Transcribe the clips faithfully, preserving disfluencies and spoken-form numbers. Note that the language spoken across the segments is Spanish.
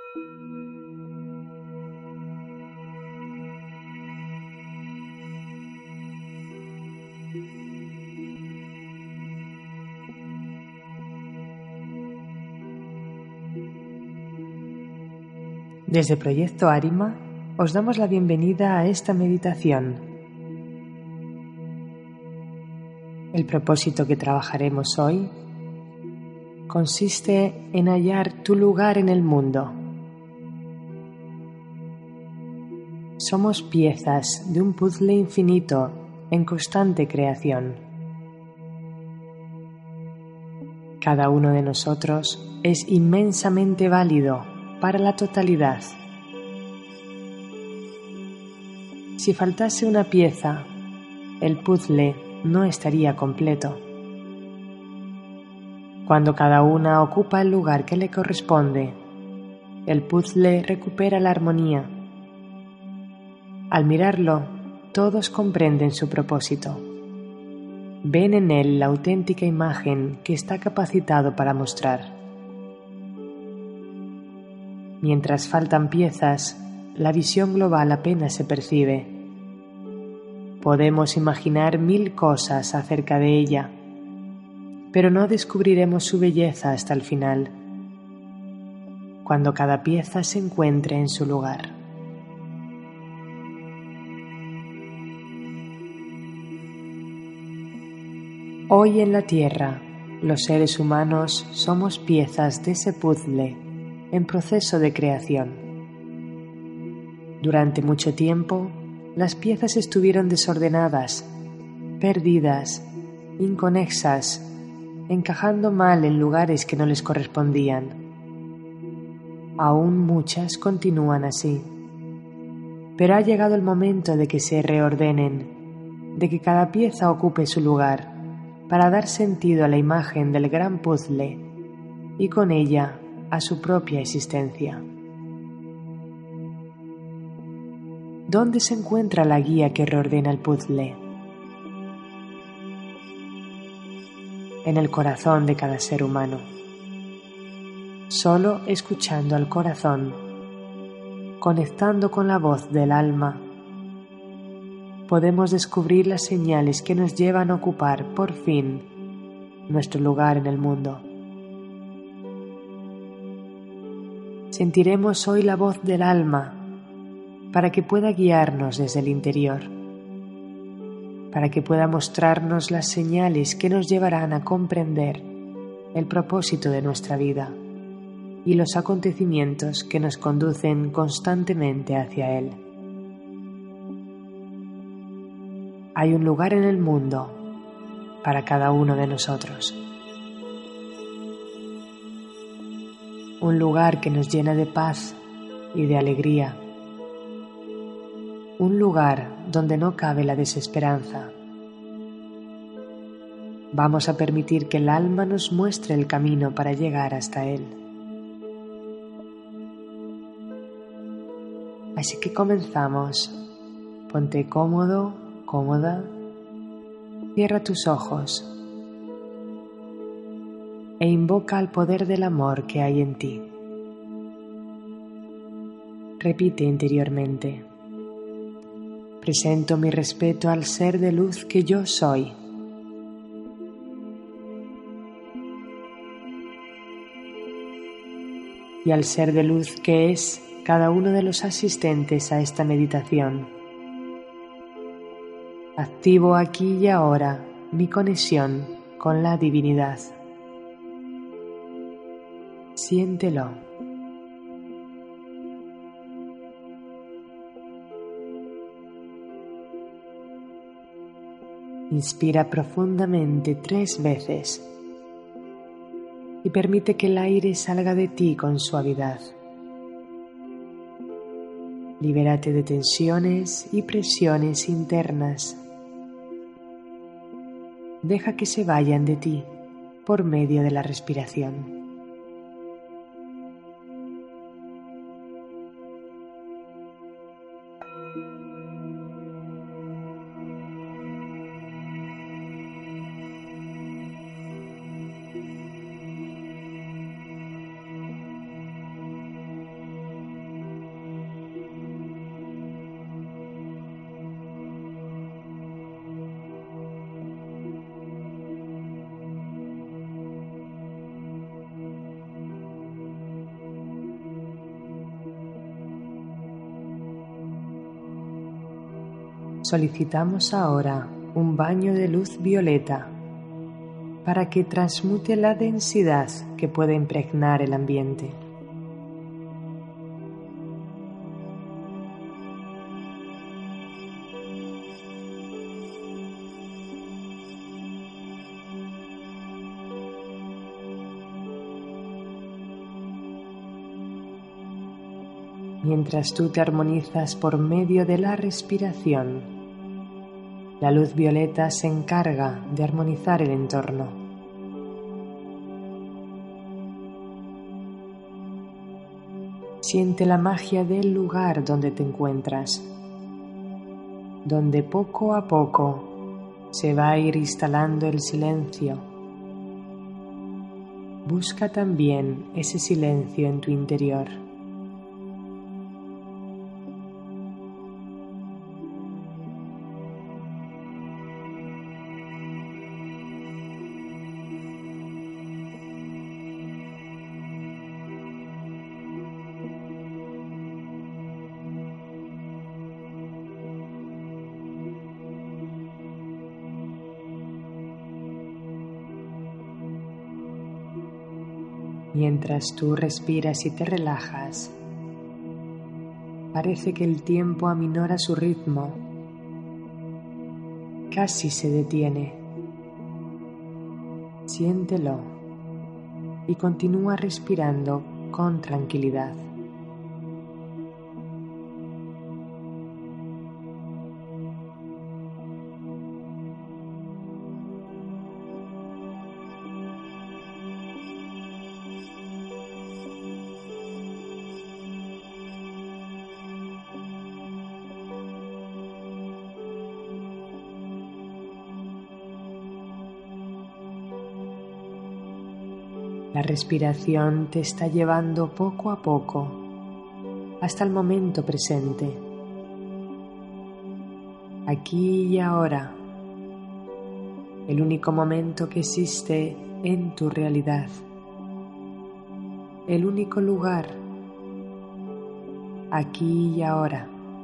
Desde Proyecto Arima os damos la bienvenida a esta meditación. El propósito que trabajaremos hoy consiste en hallar tu lugar en el mundo. Somos piezas de un puzzle infinito en constante creación. Cada uno de nosotros es inmensamente válido para la totalidad. Si faltase una pieza, el puzzle no estaría completo. Cuando cada una ocupa el lugar que le corresponde, el puzzle recupera la armonía. Al mirarlo, todos comprenden su propósito. Ven en él la auténtica imagen que está capacitado para mostrar. Mientras faltan piezas, la visión global apenas se percibe. Podemos imaginar mil cosas acerca de ella, pero no descubriremos su belleza hasta el final, cuando cada pieza se encuentre en su lugar. Hoy en la Tierra, los seres humanos somos piezas de ese puzzle en proceso de creación. Durante mucho tiempo, las piezas estuvieron desordenadas, perdidas, inconexas, encajando mal en lugares que no les correspondían. Aún muchas continúan así, pero ha llegado el momento de que se reordenen, de que cada pieza ocupe su lugar para dar sentido a la imagen del gran puzzle y con ella a su propia existencia. ¿Dónde se encuentra la guía que reordena el puzzle? En el corazón de cada ser humano. Solo escuchando al corazón, conectando con la voz del alma, podemos descubrir las señales que nos llevan a ocupar, por fin, nuestro lugar en el mundo. Sentiremos hoy la voz del alma para que pueda guiarnos desde el interior, para que pueda mostrarnos las señales que nos llevarán a comprender el propósito de nuestra vida y los acontecimientos que nos conducen constantemente hacia él. Hay un lugar en el mundo para cada uno de nosotros. Un lugar que nos llena de paz y de alegría. Un lugar donde no cabe la desesperanza. Vamos a permitir que el alma nos muestre el camino para llegar hasta él. Así que comenzamos. Ponte cómodo, cómoda. Cierra tus ojos e invoca al poder del amor que hay en ti. Repite interiormente: presento mi respeto al ser de luz que yo soy. Y al ser de luz que es cada uno de los asistentes a esta meditación. Activo aquí y ahora mi conexión con la divinidad. Siéntelo. Inspira profundamente tres veces y permite que el aire salga de ti con suavidad. Libérate de tensiones y presiones internas. Deja que se vayan de ti por medio de la respiración. Solicitamos ahora un baño de luz violeta para que transmute la densidad que puede impregnar el ambiente. Mientras tú te armonizas por medio de la respiración, la luz violeta se encarga de armonizar el entorno. Siente la magia del lugar donde te encuentras, donde poco a poco se va a ir instalando el silencio. Busca también ese silencio en tu interior. Mientras tú respiras y te relajas, parece que el tiempo aminora su ritmo, casi se detiene. Siéntelo y continúa respirando con tranquilidad. La respiración te está llevando poco a poco hasta el momento presente, aquí y ahora, el único momento que existe en tu realidad, el único lugar, aquí y ahora.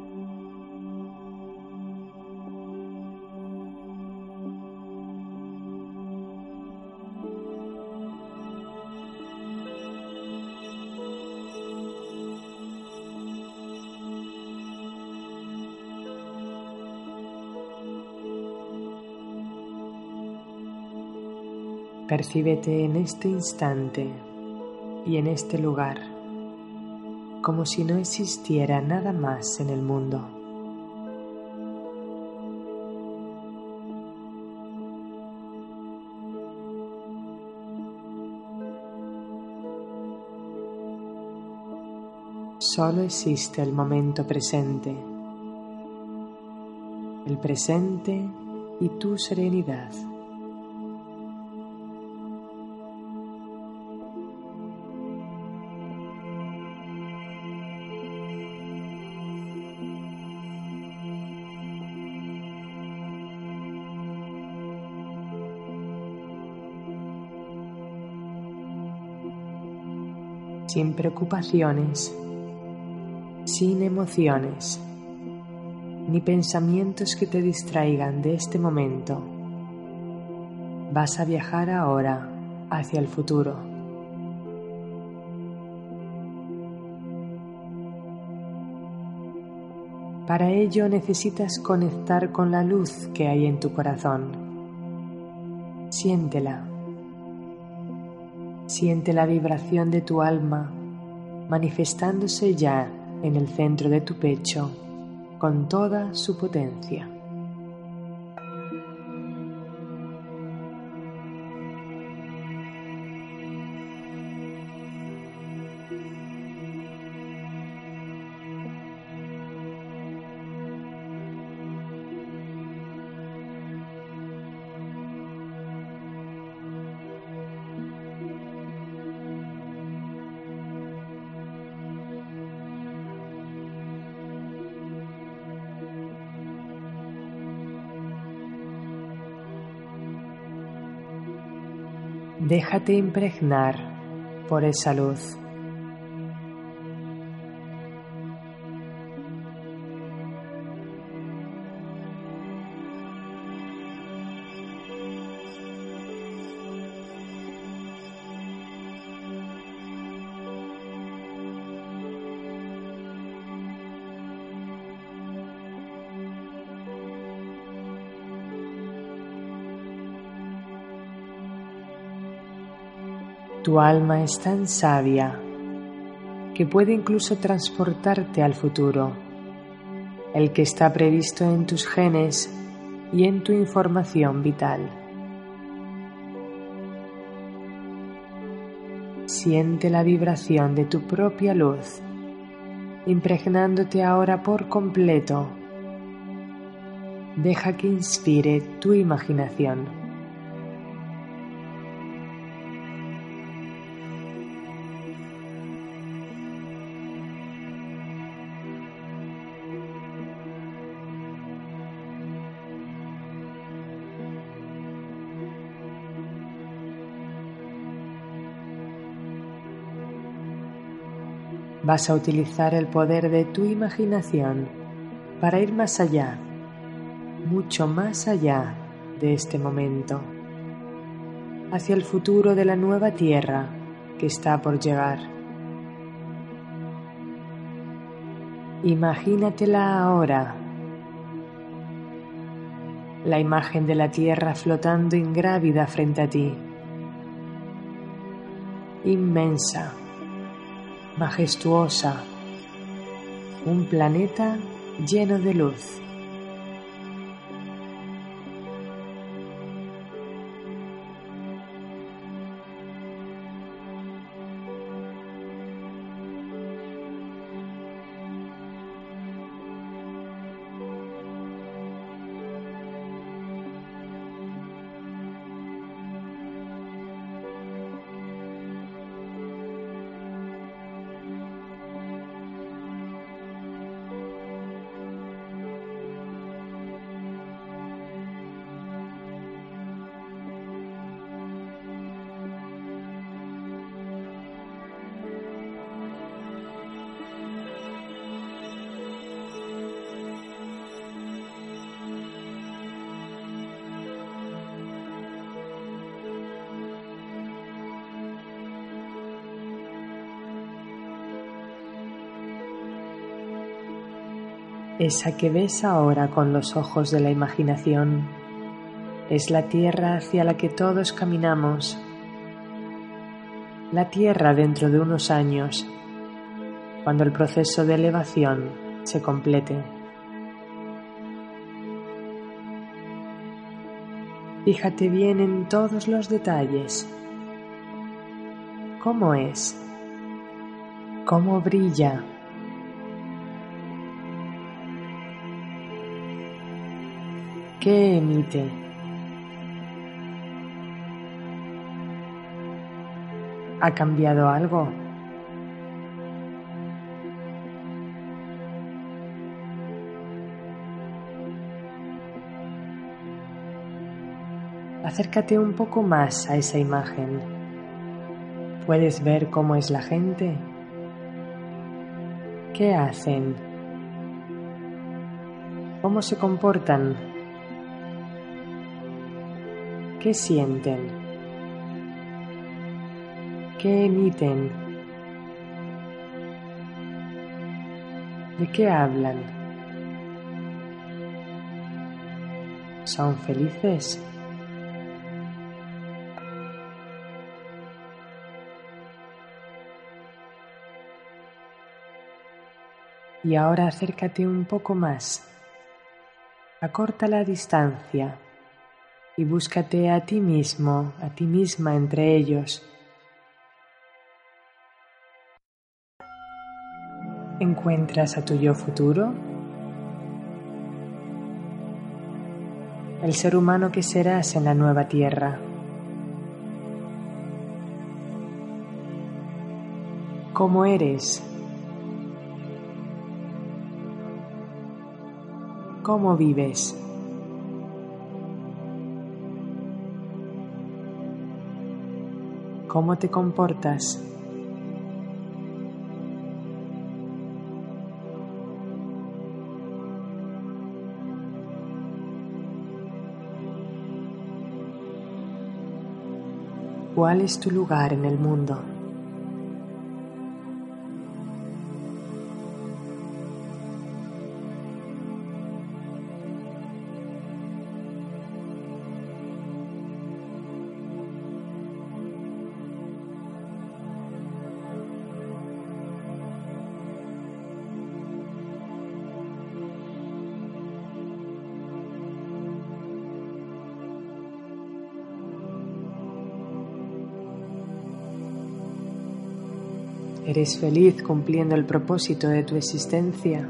Percíbete en este instante y en este lugar como si no existiera nada más en el mundo. Solo existe el momento presente, el presente y tu serenidad. Sin preocupaciones, sin emociones, ni pensamientos que te distraigan de este momento. Vas a viajar ahora hacia el futuro. Para ello necesitas conectar con la luz que hay en tu corazón. Siéntela. Siente la vibración de tu alma manifestándose ya en el centro de tu pecho con toda su potencia. Déjate impregnar por esa luz. Tu alma es tan sabia que puede incluso transportarte al futuro, el que está previsto en tus genes y en tu información vital. Siente la vibración de tu propia luz, impregnándote ahora por completo. Deja que inspire tu imaginación. Vas a utilizar el poder de tu imaginación para ir más allá, mucho más allá de este momento, hacia el futuro de la nueva tierra que está por llegar. Imagínatela ahora, la imagen de la tierra flotando ingrávida frente a ti, inmensa, majestuosa, un planeta lleno de luz. Esa que ves ahora con los ojos de la imaginación es la tierra hacia la que todos caminamos, la tierra dentro de unos años, cuando el proceso de elevación se complete. Fíjate bien en todos los detalles. ¿Cómo es? ¿Cómo brilla? ¿Qué emite? ¿Ha cambiado algo? Acércate un poco más a esa imagen. ¿Puedes ver cómo es la gente? ¿Qué hacen? ¿Cómo se comportan? ¿Qué sienten? ¿Qué emiten? ¿De qué hablan? ¿Son felices? Y ahora acércate un poco más. Acorta la distancia y búscate a ti mismo, a ti misma entre ellos. ¿Encuentras a tu yo futuro? El ser humano que serás en la nueva tierra. ¿Cómo eres? ¿Cómo vives? ¿Cómo te comportas? ¿Cuál es tu lugar en el mundo? ¿Eres feliz cumpliendo el propósito de tu existencia?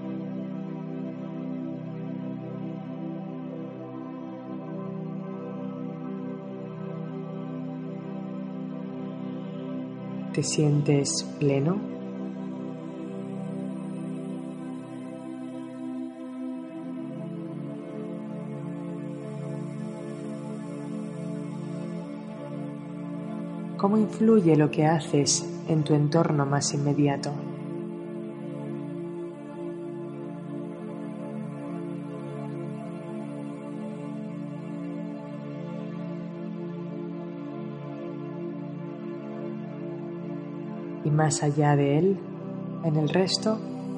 ¿Te sientes pleno? ¿Cómo influye lo que haces en tu entorno más inmediato? Y más allá de él, en el resto,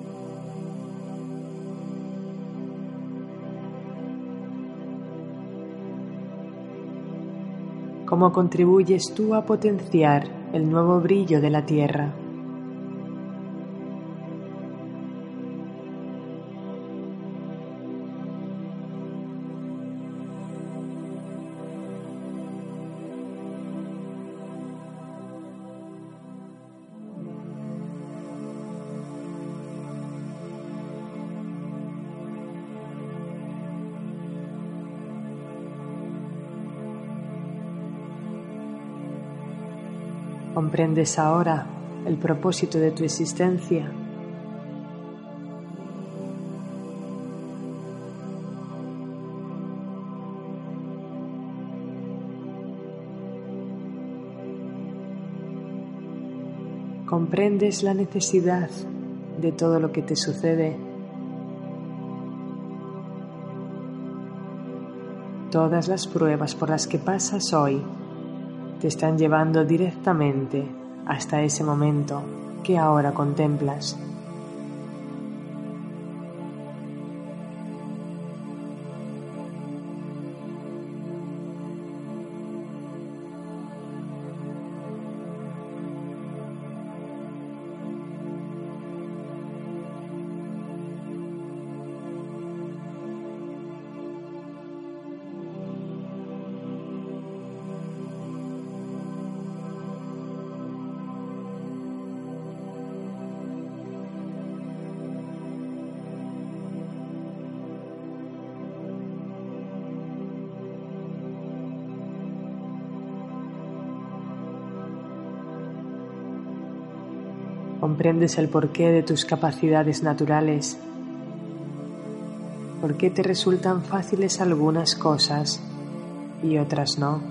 ¿cómo contribuyes tú a potenciar el nuevo brillo de la Tierra? ¿Comprendes ahora el propósito de tu existencia? ¿Comprendes la necesidad de todo lo que te sucede? Todas las pruebas por las que pasas hoy te están llevando directamente hasta ese momento que ahora contemplas. ¿Comprendes el porqué de tus capacidades naturales? ¿Por qué te resultan fáciles algunas cosas y otras no?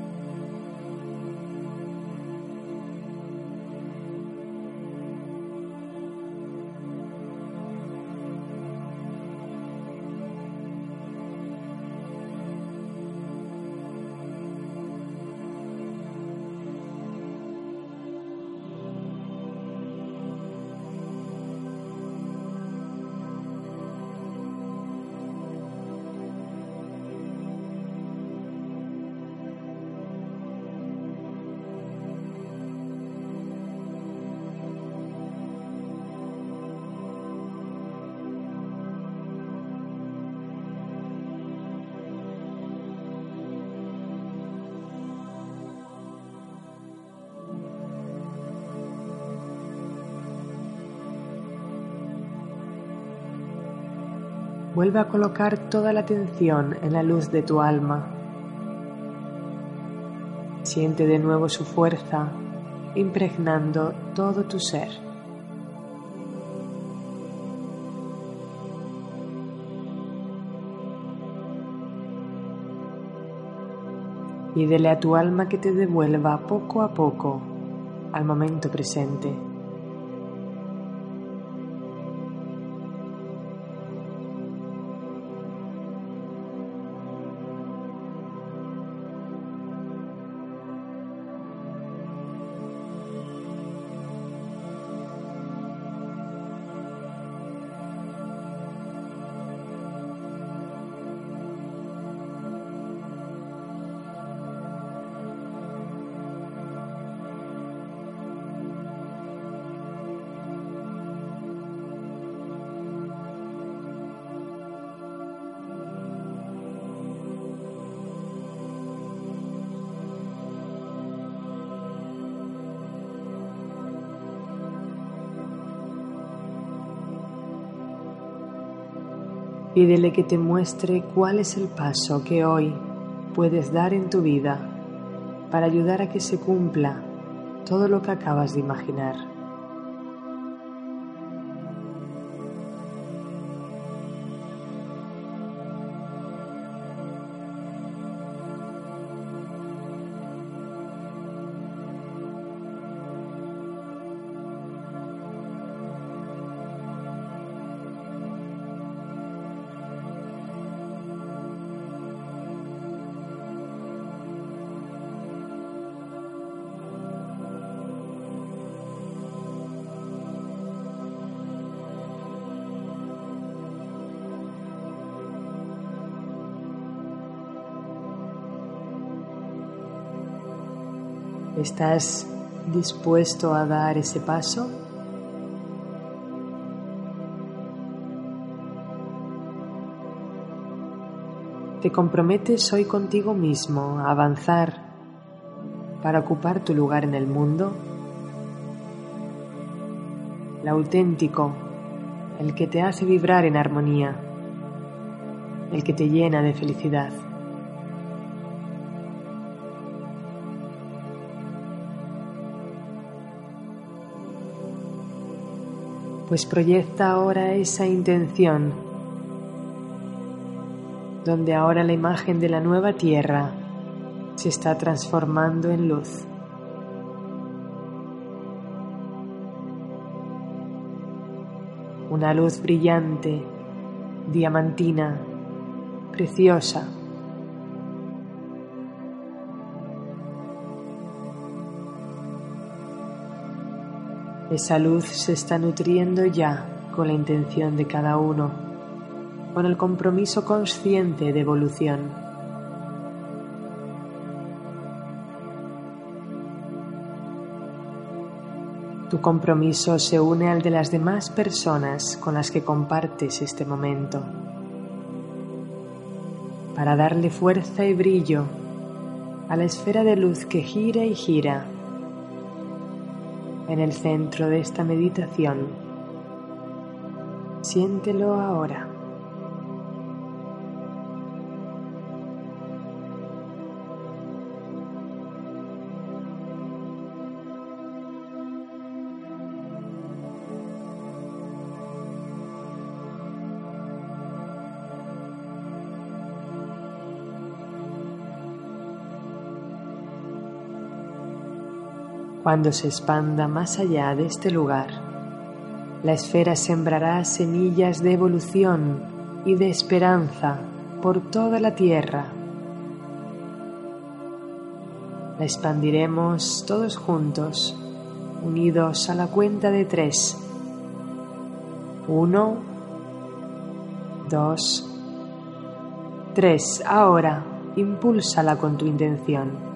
Vuelve a colocar toda la atención en la luz de tu alma. Siente de nuevo su fuerza, impregnando todo tu ser. Pídele a tu alma que te devuelva poco a poco al momento presente. Pídele que te muestre cuál es el paso que hoy puedes dar en tu vida para ayudar a que se cumpla todo lo que acabas de imaginar. ¿Estás dispuesto a dar ese paso? ¿Te comprometes hoy contigo mismo a avanzar para ocupar tu lugar en el mundo? El auténtico, el que te hace vibrar en armonía, el que te llena de felicidad. Pues proyecta ahora esa intención, donde ahora la imagen de la nueva tierra se está transformando en luz. Una luz brillante, diamantina, preciosa. Esa luz se está nutriendo ya con la intención de cada uno, con el compromiso consciente de evolución. Tu compromiso se une al de las demás personas con las que compartes este momento, para darle fuerza y brillo a la esfera de luz que gira y gira en el centro de esta meditación. Siéntelo ahora. Cuando se expanda más allá de este lugar, la esfera sembrará semillas de evolución y de esperanza por toda la tierra. La expandiremos todos juntos, unidos a la cuenta de tres. Uno, dos, tres. Ahora, impúlsala con tu intención.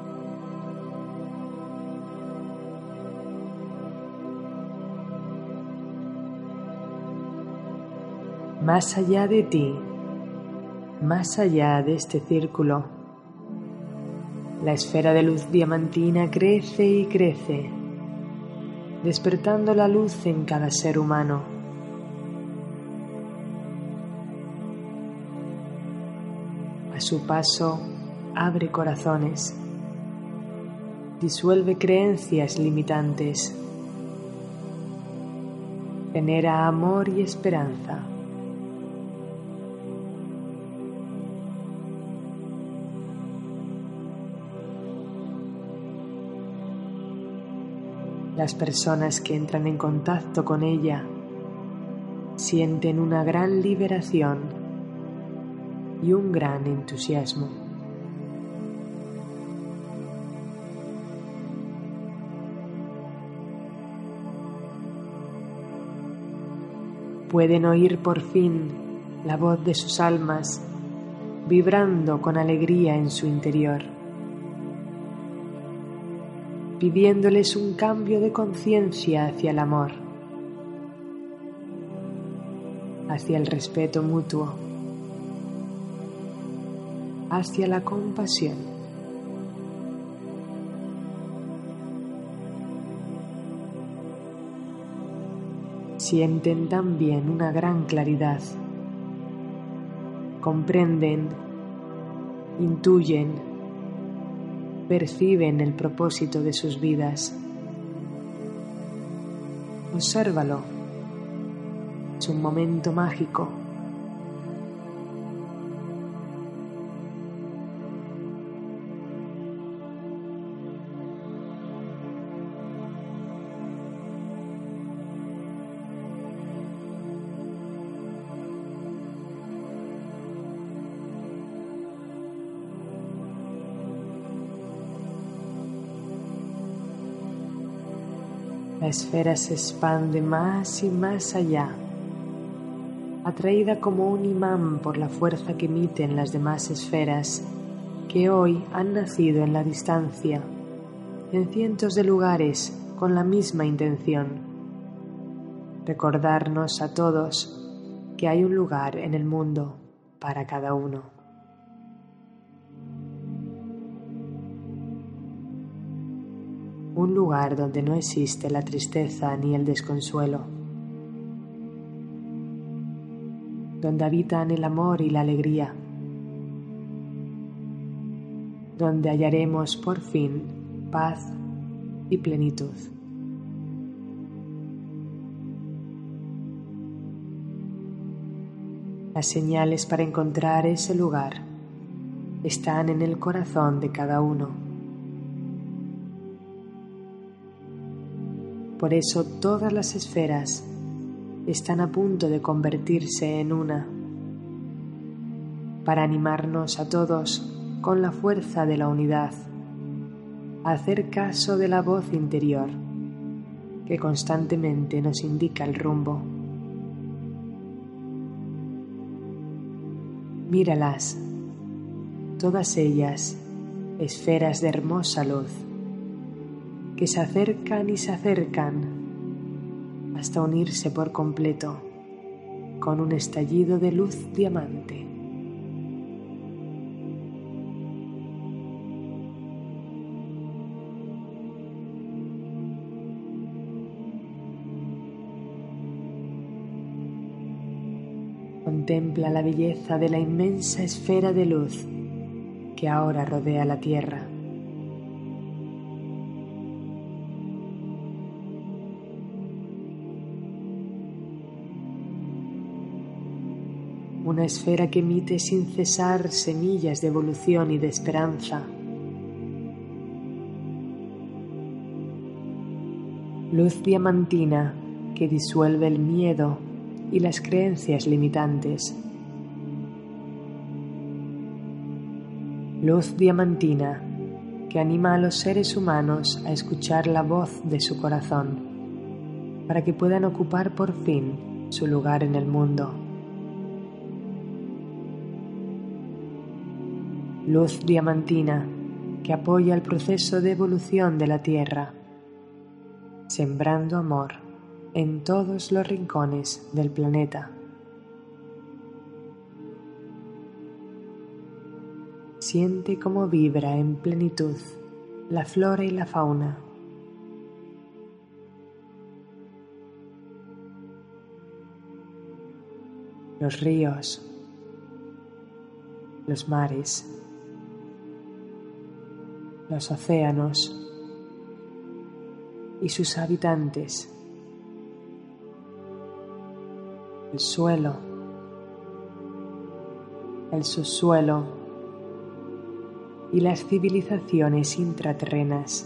Más allá de ti, más allá de este círculo, la esfera de luz diamantina crece y crece, despertando la luz en cada ser humano. A su paso, abre corazones, disuelve creencias limitantes, genera amor y esperanza. Las personas que entran en contacto con ella sienten una gran liberación y un gran entusiasmo. Pueden oír por fin la voz de sus almas vibrando con alegría en su interior, pidiéndoles un cambio de conciencia hacia el amor, hacia el respeto mutuo, hacia la compasión. Sienten también una gran claridad comprenden, intuyen, perciben el propósito de sus vidas. Obsérvalo. Es un momento mágico. La esfera se expande más y más allá, atraída como un imán por la fuerza que emiten las demás esferas que hoy han nacido en la distancia, en cientos de lugares con la misma intención: recordarnos a todos que hay un lugar en el mundo para cada uno. Un lugar donde no existe la tristeza ni el desconsuelo, donde habitan el amor y la alegría, donde hallaremos por fin paz y plenitud. Las señales para encontrar ese lugar están en el corazón de cada uno. Por eso todas las esferas están a punto de convertirse en una, para animarnos a todos con la fuerza de la unidad, a hacer caso de la voz interior que constantemente nos indica el rumbo. Míralas, todas ellas esferas de hermosa luz, que se acercan y se acercan hasta unirse por completo con un estallido de luz diamante. Contempla la belleza de la inmensa esfera de luz que ahora rodea la Tierra. Una esfera que emite sin cesar semillas de evolución y de esperanza. Luz diamantina que disuelve el miedo y las creencias limitantes. Luz diamantina que anima a los seres humanos a escuchar la voz de su corazón para que puedan ocupar por fin su lugar en el mundo. Luz diamantina que apoya el proceso de evolución de la Tierra, sembrando amor en todos los rincones del planeta. Siente cómo vibra en plenitud la flora y la fauna. Los ríos, los mares, los océanos y sus habitantes, el suelo, el subsuelo y las civilizaciones intraterrenas.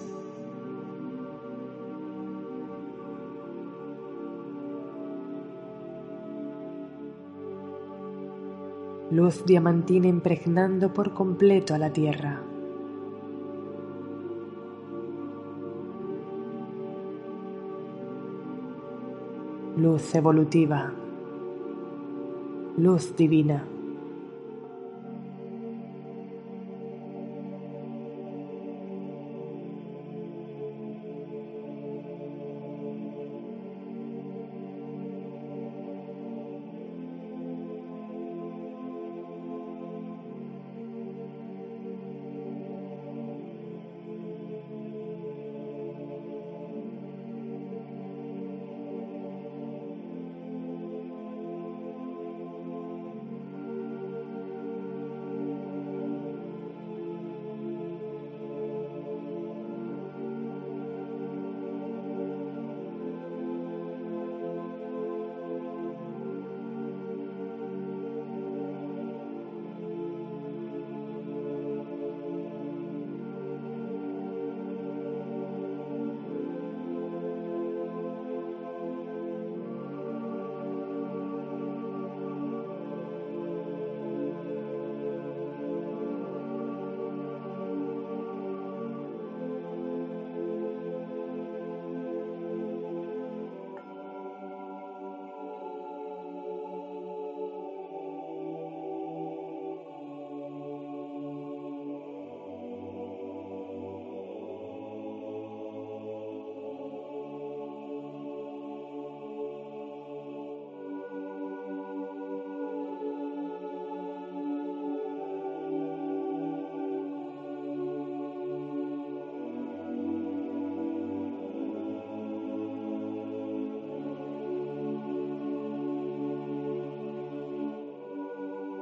Luz diamantina impregnando por completo a la Tierra. Luz evolutiva, luz divina.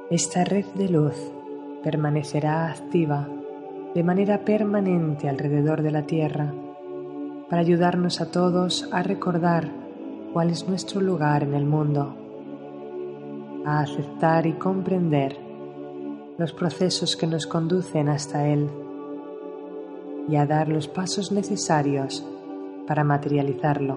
Esta red de luz permanecerá activa de manera permanente alrededor de la Tierra para ayudarnos a todos a recordar cuál es nuestro lugar en el mundo, a aceptar y comprender los procesos que nos conducen hasta él y a dar los pasos necesarios para materializarlo.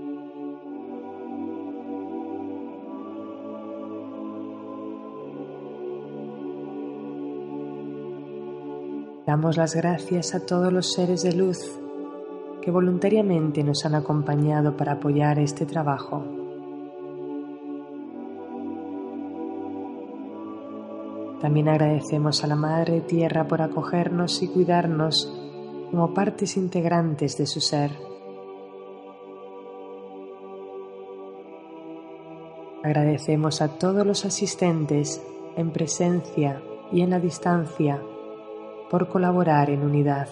Damos las gracias a todos los seres de luz que voluntariamente nos han acompañado para apoyar este trabajo. También agradecemos a la Madre Tierra por acogernos y cuidarnos como partes integrantes de su ser. Agradecemos a todos los asistentes en presencia y en la distancia por colaborar en unidad.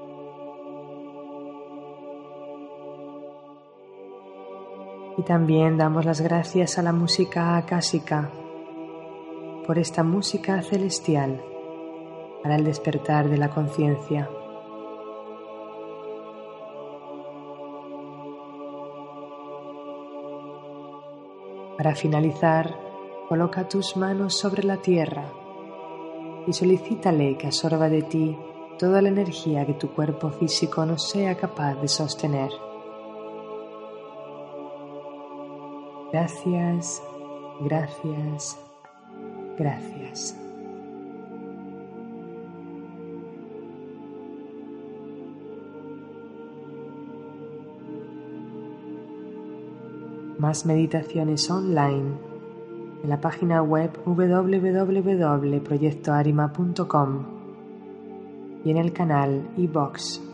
Y también damos las gracias a la música acásica por esta música celestial para el despertar de la conciencia. Para finalizar, coloca tus manos sobre la tierra y solicítale que absorba de ti toda la energía que tu cuerpo físico no sea capaz de sostener. Gracias, gracias, gracias. Más meditaciones online en la página web w w w punto proyecto arima punto com y en el canal iVoox.